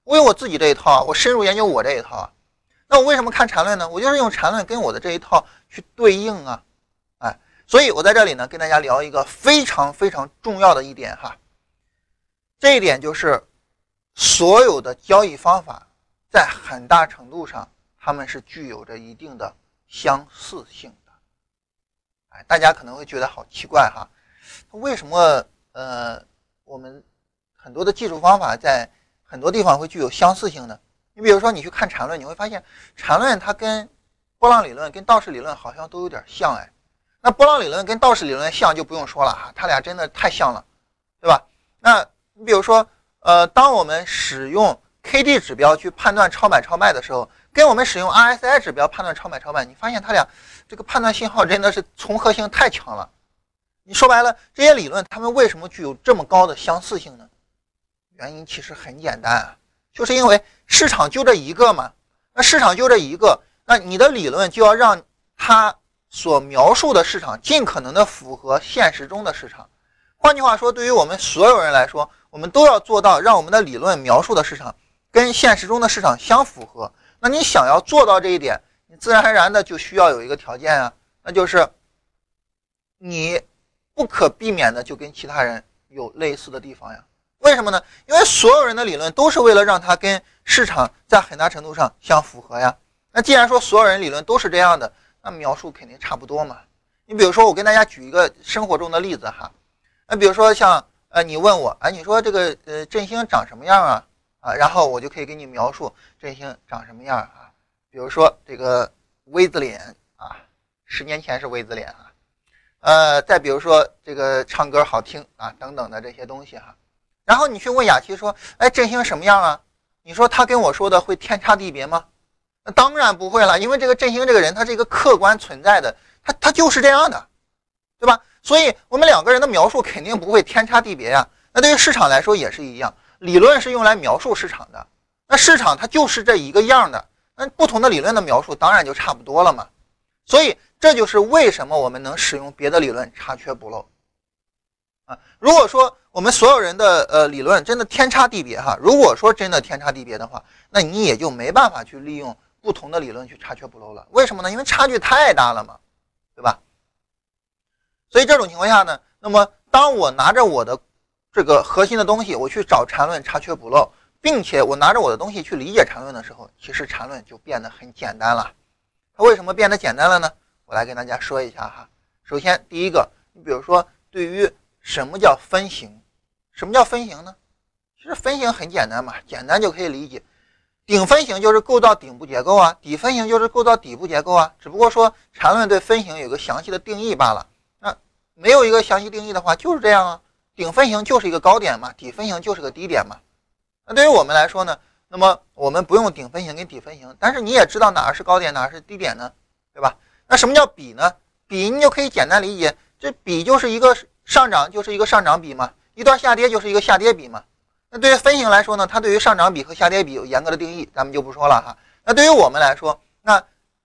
我有我自己这一套啊，我深入研究我这一套啊。那我为什么看缠论呢？我就是用缠论跟我的这一套去对应啊，哎，所以我在这里呢跟大家聊一个非常非常重要的一点哈，这一点就是所有的交易方法在很大程度上它们是具有着一定的相似性的。哎，大家可能会觉得好奇怪哈，为什么呃我们很多的技术方法在很多地方会具有相似性呢？你比如说你去看缠论，你会发现缠论它跟波浪理论跟道氏理论好像都有点像。哎，那波浪理论跟道氏理论像就不用说了哈，它俩真的太像了，对吧？那你比如说呃当我们使用 K D 指标去判断超买超卖的时候，跟我们使用 R S I 指标判断超买超卖，你发现它俩这个判断信号真的是重合性太强了。你说白了，这些理论它们为什么具有这么高的相似性呢？原因其实很简单啊，就是因为市场就这一个嘛，那市场就这一个，那你的理论就要让它所描述的市场尽可能的符合现实中的市场。换句话说，对于我们所有人来说，我们都要做到让我们的理论描述的市场跟现实中的市场相符合。那你想要做到这一点，你自然而然的就需要有一个条件啊，那就是你不可避免的就跟其他人有类似的地方呀。为什么呢？因为所有人的理论都是为了让它跟市场在很大程度上相符合呀。那既然说所有人理论都是这样的，那描述肯定差不多嘛。你比如说我跟大家举一个生活中的例子哈，那比如说像呃你问我，哎，你说这个呃振兴长什么样啊？啊，然后我就可以给你描述振兴长什么样啊。比如说这个 V 字脸啊，十年前是 V 字脸啊，呃，再比如说这个唱歌好听啊等等的这些东西哈。然后你去问雅琪说，哎，振兴什么样啊？你说他跟我说的会天差地别吗？那当然不会了，因为这个振兴这个人他是一个客观存在的，他他就是这样的，对吧？所以我们两个人的描述肯定不会天差地别呀。那对于市场来说也是一样，理论是用来描述市场的，那市场它就是这一个样的，那不同的理论的描述当然就差不多了嘛。所以这就是为什么我们能使用别的理论查缺补漏啊。如果说我们所有人的呃理论真的天差地别哈，如果说真的天差地别的话，那你也就没办法去利用不同的理论去查缺补漏了。为什么呢？因为差距太大了嘛，对吧？所以这种情况下呢，那么当我拿着我的这个核心的东西，我去找缠论查缺补漏，并且我拿着我的东西去理解缠论的时候，其实缠论就变得很简单了。它为什么变得简单了呢？我来跟大家说一下哈。首先第一个，你比如说对于什么叫分型，什么叫分型呢？其实分型很简单嘛，简单就可以理解。顶分型就是构造顶部结构啊，底分型就是构造底部结构啊，只不过说缠论对分型有个详细的定义罢了。那没有一个详细定义的话就是这样啊，顶分型就是一个高点嘛，底分型就是个低点嘛。那对于我们来说呢，那么我们不用顶分型跟底分型，但是你也知道哪是高点哪是低点呢，对吧？那什么叫比呢？比你就可以简单理解，这比就是一个上涨就是一个上涨比嘛，一段下跌就是一个下跌比嘛。那对于分型来说呢，它对于上涨比和下跌比有严格的定义，咱们就不说了哈。那对于我们来说，那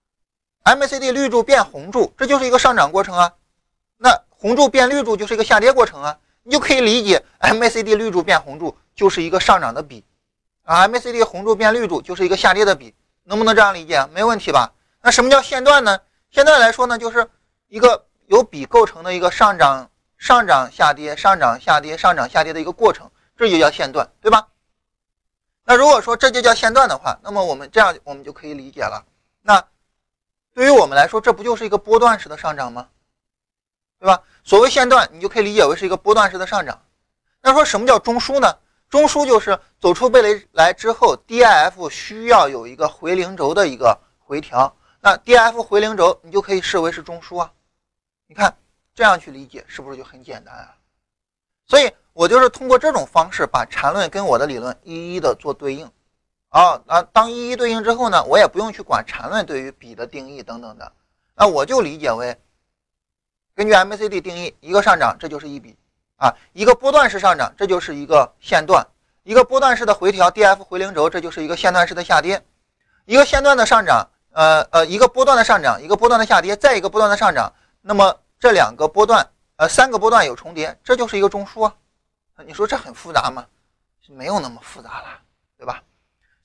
M A C D 绿柱变红柱，这就是一个上涨过程啊。那红柱变绿柱就是一个下跌过程啊。你就可以理解 M A C D 绿柱变红柱就是一个上涨的比啊 ，M A C D 红柱变绿柱就是一个下跌的比，能不能这样理解？没问题吧？那什么叫线段呢？线段来说呢，就是一个由比构成的一个上涨、上涨、下跌、上涨、下跌、上涨、下跌的一个过程，这就叫线段，对吧？那如果说这就叫线段的话，那么我们这样我们就可以理解了。那对于我们来说，这不就是一个波段式的上涨吗？对吧？所谓线段，你就可以理解为是一个波段式的上涨。那说什么叫中枢呢？中枢就是走出贝雷来之后 ，D I F 需要有一个回零轴的一个回调。那 D I F 回零轴，你就可以视为是中枢啊。你看这样去理解，是不是就很简单啊？所以我就是通过这种方式把缠论跟我的理论一一的做对应。啊啊，当一一对应之后呢，我也不用去管缠论对于比的定义等等的，那我就理解为。根据 M A C D 定义，一个上涨这就是一笔啊，一个波段式上涨这就是一个线段，一个波段式的回调 D F 回零轴这就是一个线段式的下跌，一个线段的上涨，呃呃，一个波段的上涨，一个波段的下跌，再一个波段的上涨，那么这两个波段，呃，三个波段有重叠，这就是一个中枢啊。你说这很复杂吗？没有那么复杂了，对吧？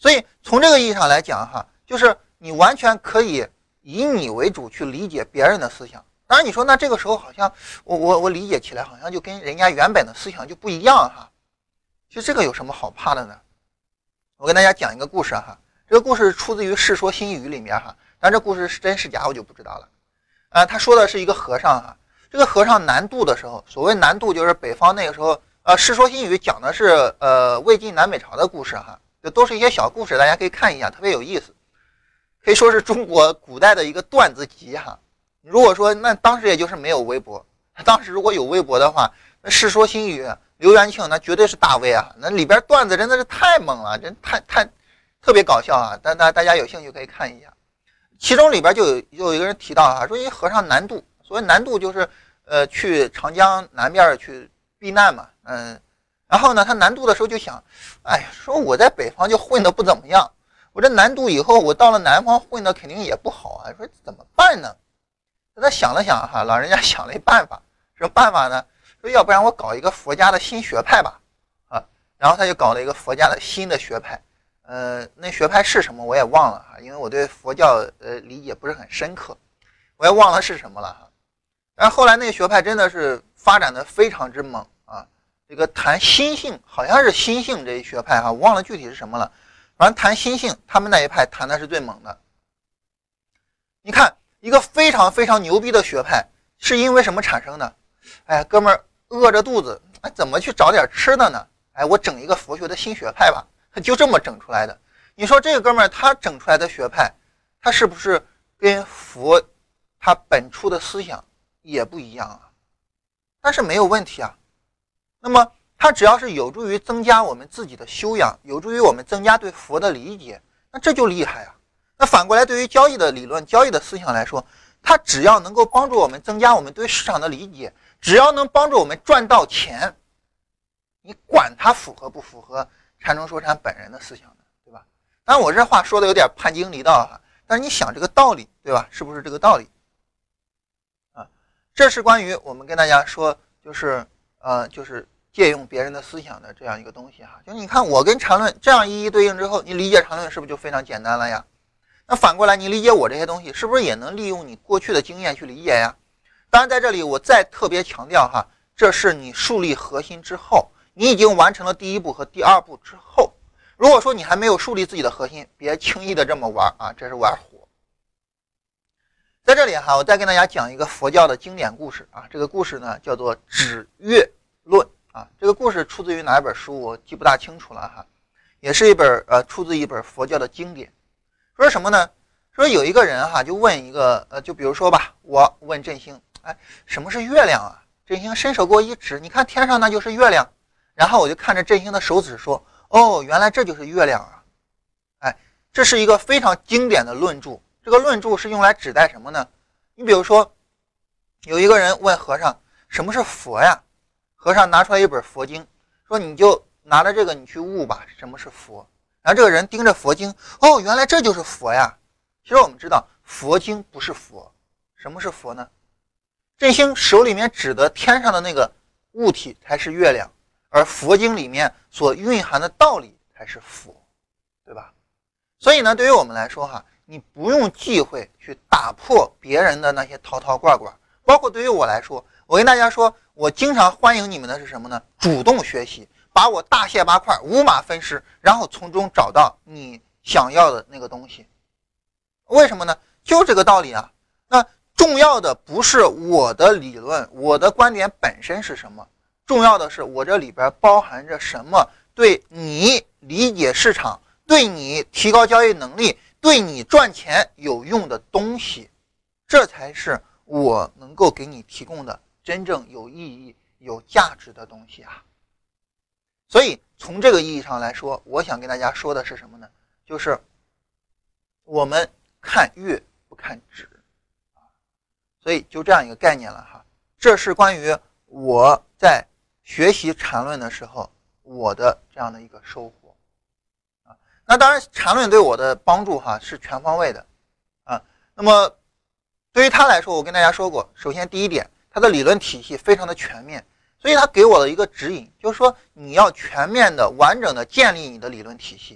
所以从这个意义上来讲哈，就是你完全可以以你为主去理解别人的思想。当然你说那这个时候好像我我我理解起来好像就跟人家原本的思想就不一样哈。其实这个有什么好怕的呢？我跟大家讲一个故事哈，这个故事出自于《世说新语》里面哈，但这故事是真是假我就不知道了。啊，他说的是一个和尚哈，这个和尚南渡的时候，所谓南渡就是北方那个时候，呃，《世说新语》讲的是呃魏晋南北朝的故事哈，这都是一些小故事，大家可以看一下，特别有意思，可以说是中国古代的一个段子集哈。如果说那当时也就是没有微博，当时如果有微博的话，那《世说新语》刘元庆那绝对是大 V 啊，那里边段子真的是太猛了，真太太特别搞笑啊！大大大家有兴趣可以看一下，其中里边就有有一个人提到啊，说一和尚南渡，所谓南渡就是呃去长江南边去避难嘛，嗯，然后呢他南渡的时候就想，哎呀，说我在北方就混得不怎么样，我这南渡以后我到了南方混得肯定也不好啊，说怎么办呢？他想了想哈，老人家想了一办法，什么办法呢？说要不然我搞一个佛家的新学派吧，啊，然后他就搞了一个佛家的新的学派，呃，那学派是什么我也忘了哈，因为我对佛教呃理解不是很深刻，我也忘了是什么了哈。但是后来那个学派真的是发展的非常之猛啊，这个谈心性好像是心性这一学派哈，忘了具体是什么了，反正谈心性他们那一派谈的是最猛的。你看一个非常非常牛逼的学派是因为什么产生的？哎，哥们儿饿着肚子，哎，怎么去找点吃的呢？哎，我整一个佛学的新学派吧，就这么整出来的。你说这个哥们儿他整出来的学派，他是不是跟佛他本初的思想也不一样啊？但是没有问题啊。那么他只要是有助于增加我们自己的修养，有助于我们增加对佛的理解，那这就厉害啊。那反过来，对于交易的理论、交易的思想来说，它只要能够帮助我们增加我们对市场的理解，只要能帮助我们赚到钱，你管它符合不符合禅宗说禅本人的思想呢，对吧？当然我这话说的有点叛经离道哈，但是你想这个道理，对吧？是不是这个道理啊？这是关于我们跟大家说，就是呃，就是借用别人的思想的这样一个东西哈。就你看我跟禅论这样一一对应之后，你理解禅论是不是就非常简单了呀？那反过来，你理解我这些东西，是不是也能利用你过去的经验去理解呀？当然，在这里我再特别强调哈，这是你树立核心之后，你已经完成了第一步和第二步之后。如果说你还没有树立自己的核心，别轻易的这么玩啊，这是玩火。在这里哈，我再跟大家讲一个佛教的经典故事啊，这个故事呢叫做《指月论》啊，这个故事出自于哪一本书我记不大清楚了哈，也是一本呃出自一本佛教的经典。说什么呢？说有一个人哈，就问一个呃，就比如说吧，我问振兴，哎，什么是月亮啊？振兴伸手给我一指，你看天上那就是月亮。然后我就看着振兴的手指说，哦，原来这就是月亮啊！哎，这是一个非常经典的论著。这个论著是用来指代什么呢？你比如说，有一个人问和尚，什么是佛呀？和尚拿出来一本佛经，说你就拿着这个你去悟吧，什么是佛？然后这个人盯着佛经，哦，原来这就是佛呀！其实我们知道，佛经不是佛。什么是佛呢？振兴手里面指的天上的那个物体才是月亮，而佛经里面所蕴含的道理才是佛，对吧？所以呢，对于我们来说哈，你不用忌讳去打破别人的那些套套罐罐，包括对于我来说，我跟大家说，我经常欢迎你们的是什么呢？主动学习。把我大卸八块，五马分尸，然后从中找到你想要的那个东西。为什么呢？就这个道理啊。那重要的不是我的理论，我的观点本身是什么，重要的是我这里边包含着什么对你理解市场，对你提高交易能力，对你赚钱有用的东西，这才是我能够给你提供的真正有意义、有价值的东西啊。所以从这个意义上来说，我想跟大家说的是什么呢？就是我们看月不看指，所以就这样一个概念了哈。这是关于我在学习禅论的时候我的这样的一个收获啊。那当然，禅论对我的帮助哈是全方位的啊。那么对于他来说，我跟大家说过，首先第一点，他的理论体系非常的全面。所以他给我的一个指引，就是说你要全面的、完整的建立你的理论体系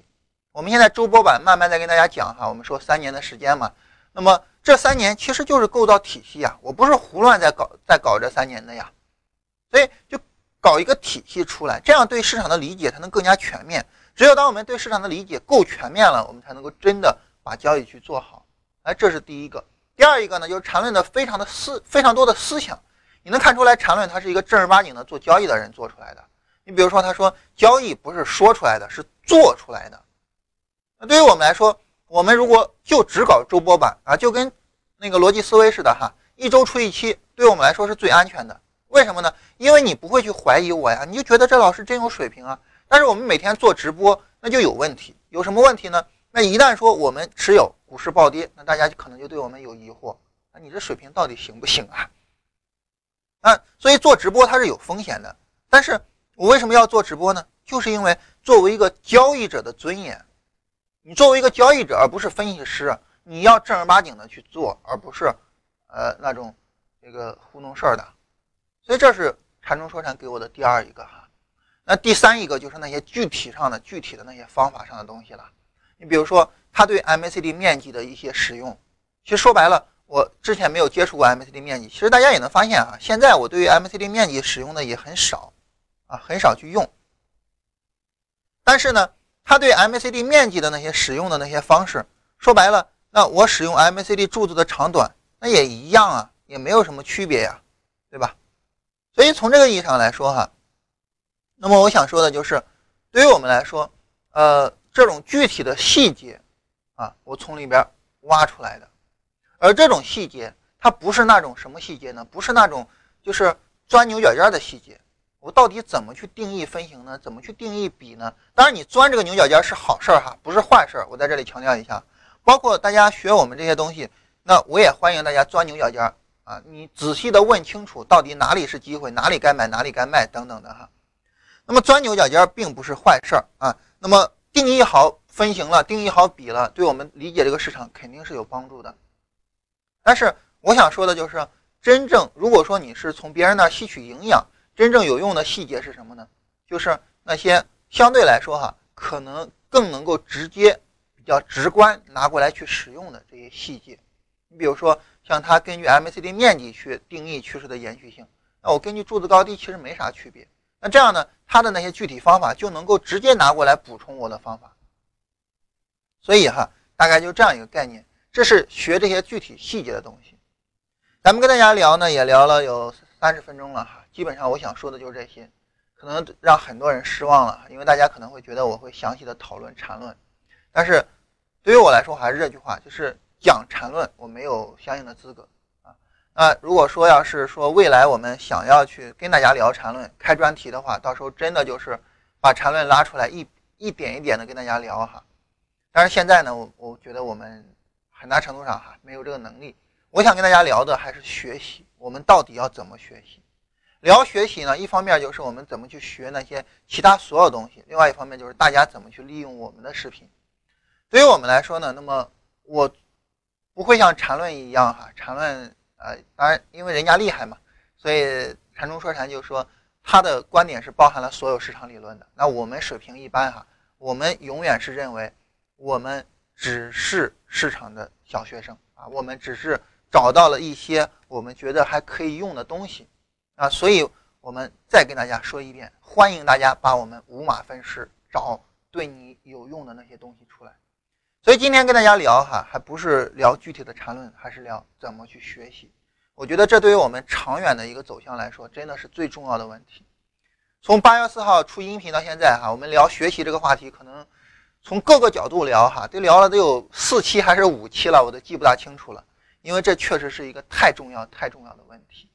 我们现在周播版慢慢在跟大家讲哈，我们说三年的时间嘛，那么这三年其实就是构造体系啊，我不是胡乱在搞在搞这三年的呀，所以就搞一个体系出来，这样对市场的理解才能更加全面。只有当我们对市场的理解够全面了，我们才能够真的把交易去做好。哎，这是第一个。第二一个呢，就是缠论的非常的思非常多的思想，你能看出来缠论它是一个正儿八经的做交易的人做出来的。你比如说他说交易不是说出来的，是做出来的。那对于我们来说，我们如果就只搞周播版啊，就跟那个逻辑思维似的哈，一周出一期，对我们来说是最安全的。为什么呢？因为你不会去怀疑我呀，你就觉得这老师真有水平啊。但是我们每天做直播，那就有问题。有什么问题呢？那一旦说我们持有股市暴跌，那大家可能就对我们有疑惑，那你这水平到底行不行啊？啊，所以做直播它是有风险的。但是我为什么要做直播呢？就是因为作为一个交易者的尊严，你作为一个交易者而不是分析师，你要正儿八经的去做，而不是呃那种这个糊弄事儿的。所以这是禅中说禅给我的第二一个哈。那第三一个就是那些具体上的具体的那些方法上的东西了。你比如说他对 M A C D 面积的一些使用，其实说白了我之前没有接触过 M A C D 面积，其实大家也能发现啊，现在我对于 M A C D 面积使用的也很少啊，很少去用。但是呢他对 M A C D 面积的那些使用的那些方式，说白了那我使用 M A C D 柱子的长短那也一样啊，也没有什么区别呀，对吧？所以从这个意义上来说哈，那么我想说的就是，对于我们来说，呃，这种具体的细节啊，我从里边挖出来的，而这种细节，它不是那种什么细节呢？不是那种就是钻牛角尖的细节。我到底怎么去定义分型呢？怎么去定义比呢？当然，你钻这个牛角尖是好事哈，不是坏事。我在这里强调一下，包括大家学我们这些东西，那我也欢迎大家钻牛角尖啊，你仔细的问清楚到底哪里是机会，哪里该买，哪里该卖等等的哈。那么钻牛角尖并不是坏事啊。那么定义好分型了，定义好比了，对我们理解这个市场肯定是有帮助的。但是我想说的就是，真正如果说你是从别人那儿吸取营养，真正有用的细节是什么呢？就是那些相对来说哈，可能更能够直接、比较直观拿过来去使用的这些细节。你比如说，像它根据 M A C D 面积去定义趋势的延续性，那我根据柱子高低其实没啥区别。那这样呢，它的那些具体方法就能够直接拿过来补充我的方法。所以哈，大概就这样一个概念，这是学这些具体细节的东西。咱们跟大家聊呢，也聊了有三十分钟了哈，基本上我想说的就是这些，可能让很多人失望了，因为大家可能会觉得我会详细的讨论缠论，但是对于我来说还是这句话，就是讲缠论我没有相应的资格啊。那如果说要是说未来我们想要去跟大家聊缠论开专题的话，到时候真的就是把缠论拉出来一一点一点的跟大家聊哈。但是现在呢，我我觉得我们很大程度上哈没有这个能力。我想跟大家聊的还是学习，我们到底要怎么学习？聊学习呢，一方面就是我们怎么去学那些其他所有东西，另外一方面就是大家怎么去利用我们的视频。对于我们来说呢，那么我不会像缠论一样哈，缠论呃，当然因为人家厉害嘛，所以禅中说禅就说他的观点是包含了所有市场理论的。那我们水平一般哈，我们永远是认为我们只是市场的小学生啊，我们只是找到了一些我们觉得还可以用的东西啊，所以我们再跟大家说一遍，欢迎大家把我们五马分尸，找对你有用的那些东西出来。所以今天跟大家聊哈，还不是聊具体的缠论，还是聊怎么去学习。我觉得这对于我们长远的一个走向来说，真的是最重要的问题。从八月四号出音频到现在哈，我们聊学习这个话题，可能从各个角度聊哈，都聊了都有四期还是五期了，我都记不大清楚了。因为这确实是一个太重要太重要的问题。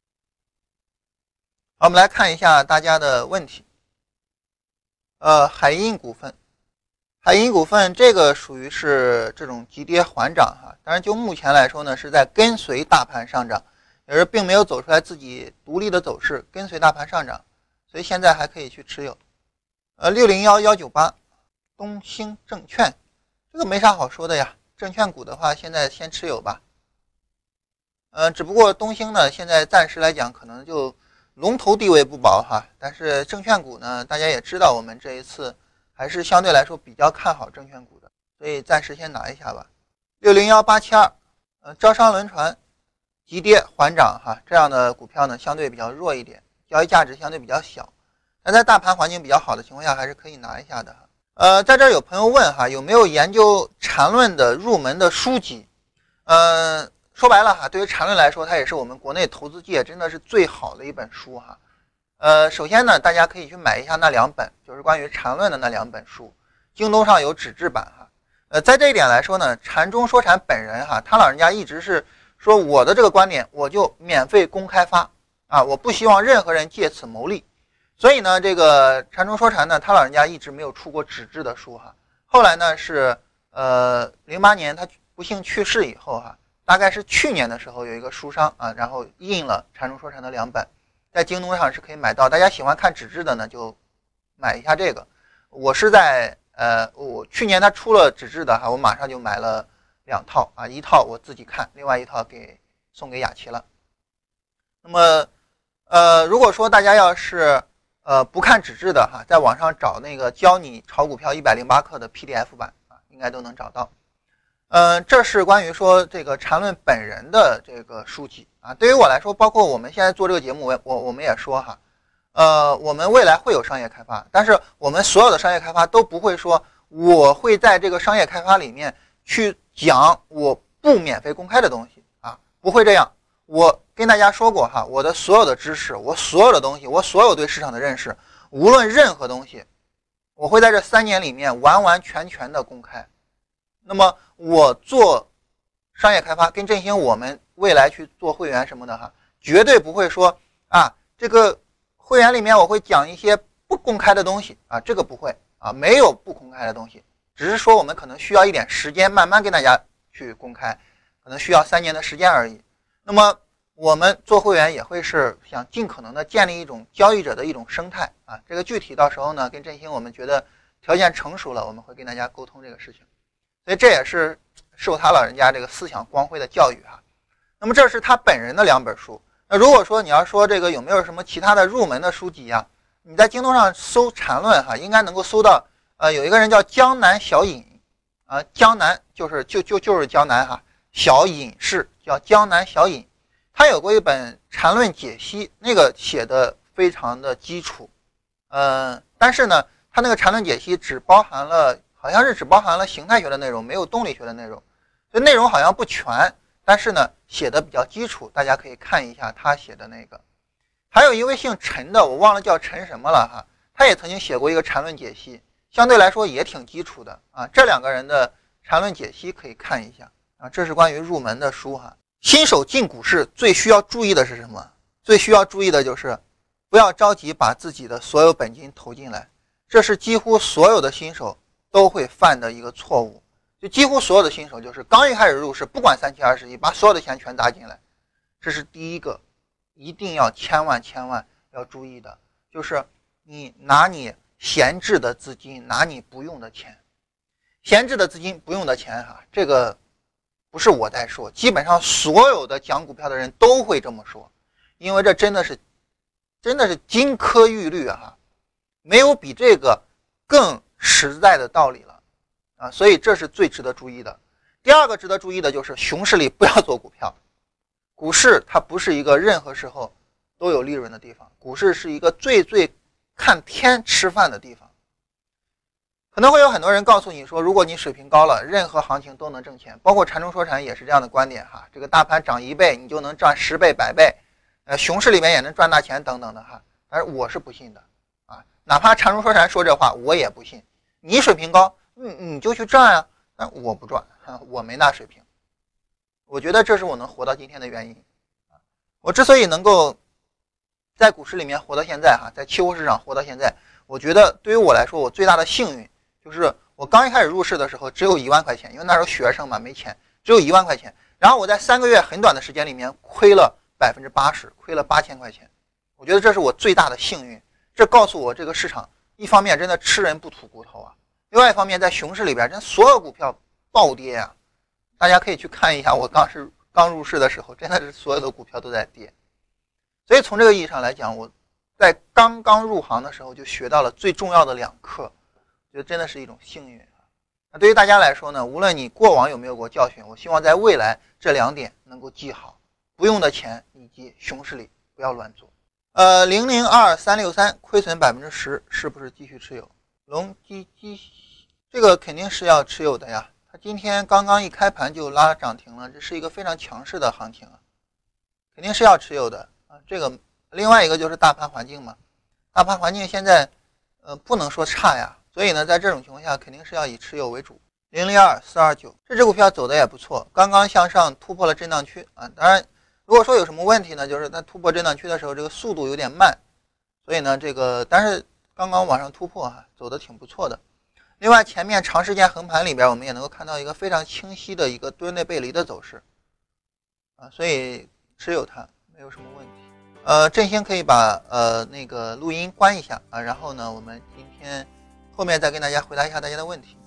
好，我们来看一下大家的问题。呃，海印股份，海印股份这个属于是这种急跌缓涨哈，当然就目前来说呢，是在跟随大盘上涨，也是并没有走出来自己独立的走势，跟随大盘上涨，所以现在还可以去持有。呃，六零一一九八，东兴证券，这个没啥好说的呀，证券股的话，现在先持有吧。呃，只不过东兴呢，现在暂时来讲可能就龙头地位不保哈，但是证券股呢，大家也知道我们这一次还是相对来说比较看好证券股的，所以暂时先拿一下吧。六零一八七二，呃，招商轮船急跌缓涨哈，这样的股票呢相对比较弱一点，交易价值相对比较小，但在大盘环境比较好的情况下，还是可以拿一下的哈。呃，在这儿有朋友问哈，有没有研究缠论的入门的书籍？呃，说白了哈，对于缠论来说，它也是我们国内投资界真的是最好的一本书哈。呃，首先呢，大家可以去买一下那两本，就是关于缠论的那两本书，京东上有纸质版哈。呃，在这一点来说呢，缠中说禅本人哈，他老人家一直是说我的这个观点，我就免费公开发啊，我不希望任何人借此牟利。所以呢，这个禅中说禅呢，他老人家一直没有出过纸质的书哈。后来呢，是呃零八年他不幸去世以后哈，大概是去年的时候有一个书商啊，然后印了禅中说禅的两本，在京东上是可以买到。大家喜欢看纸质的呢，就买一下这个。我是在呃我去年他出了纸质的哈，我马上就买了两套啊，一套我自己看，另外一套给送给雅琪了。那么呃如果说大家要是呃，不看纸质的哈，在网上找那个教你炒股票一百零八课的 P D F 版啊，应该都能找到。嗯、呃，这是关于说这个缠论本人的这个书籍啊。对于我来说，包括我们现在做这个节目，我我我们也说哈，呃，我们未来会有商业开发，但是我们所有的商业开发都不会说我会在这个商业开发里面去讲我不免费公开的东西啊，不会这样。我跟大家说过哈，我的所有的知识，我所有的东西，我所有对市场的认识，无论任何东西，我会在这三年里面完完全全的公开。那么我做商业开发，跟振兴我们未来去做会员什么的哈，绝对不会说啊，这个会员里面我会讲一些不公开的东西啊，这个不会啊，没有不公开的东西，只是说我们可能需要一点时间慢慢跟大家去公开，可能需要三年的时间而已。那么我们做会员也会是想尽可能的建立一种交易者的一种生态啊，这个具体到时候呢跟振兴我们觉得条件成熟了，我们会跟大家沟通这个事情。所以这也是受他老人家这个思想光辉的教育哈。那么这是他本人的两本书。那如果说你要说这个有没有什么其他的入门的书籍啊，你在京东上搜缠论哈，应该能够搜到呃有一个人叫江南小隐啊，江南就是就就就是江南哈。小隐士叫江南小隐，他有过一本缠论解析，那个写的非常的基础，呃，但是呢，他那个缠论解析只包含了，好像是只包含了形态学的内容，没有动力学的内容，所以内容好像不全，但是呢，写的比较基础，大家可以看一下他写的那个。还有一位姓陈的，我忘了叫陈什么了哈，他也曾经写过一个缠论解析，相对来说也挺基础的啊。这两个人的缠论解析可以看一下。啊，这是关于入门的书哈。新手进股市最需要注意的是什么？最需要注意的就是不要着急把自己的所有本金投进来，这是几乎所有的新手都会犯的一个错误。就几乎所有的新手就是刚一开始入市，不管三七二十一，把所有的钱全砸进来，这是第一个一定要千万千万要注意的，就是你拿你闲置的资金，拿你不用的钱，闲置的资金不用的钱哈，这个不是我在说，基本上所有的讲股票的人都会这么说，因为这真的是真的是金科玉律啊，没有比这个更实在的道理了啊，所以这是最值得注意的。第二个值得注意的就是熊市里不要做股票，股市它不是一个任何时候都有利润的地方，股市是一个最最看天吃饭的地方。可能会有很多人告诉你说，如果你水平高了，任何行情都能挣钱，包括缠中说禅也是这样的观点哈。这个大盘涨一倍，你就能赚十倍、百倍，呃，熊市里面也能赚大钱等等的哈。但是我是不信的啊，哪怕缠中说禅说这话，我也不信。你水平高，你你就去赚啊，但我不赚，我没那水平。我觉得这是我能活到今天的原因。我之所以能够在股市里面活到现在哈，在期货市场活到现在，我觉得对于我来说，我最大的幸运。就是我刚一开始入市的时候只有一万块钱，因为那时候学生嘛没钱，只有一万块钱。然后我在三个月很短的时间里面亏了百分之八十，亏了八千块钱。我觉得这是我最大的幸运。这告诉我这个市场一方面真的吃人不吐骨头啊，另外一方面在熊市里边，真所有股票暴跌啊。大家可以去看一下，我当时刚入市的时候，真的是所有的股票都在跌。所以从这个意义上来讲，我在刚刚入行的时候就学到了最重要的两课。 觉得真的是一种幸运啊。那对于大家来说呢，无论你过往有没有过教训，我希望在未来这两点能够记好，不用的钱以及熊市里不要乱做。呃，零零二三六三亏损百分之十，是不是继续持有？隆基基这个肯定是要持有的呀，它今天刚刚一开盘就拉涨停了，这是一个非常强势的行情啊，肯定是要持有的啊。这个另外一个就是大盘环境嘛，大盘环境现在呃不能说差呀，所以呢，在这种情况下肯定是要以持有为主。零零二四二九这只股票走的也不错，刚刚向上突破了震荡区啊，当然。如果说有什么问题呢，就是它突破震荡区的时候，这个速度有点慢，所以呢，这个但是刚刚往上突破哈、啊，走的挺不错的。另外，前面长时间横盘里边，我们也能够看到一个非常清晰的一个墩内背离的走势啊，所以持有它没有什么问题。呃，振兴可以把呃那个录音关一下啊，然后呢，我们今天后面再跟大家回答一下大家的问题。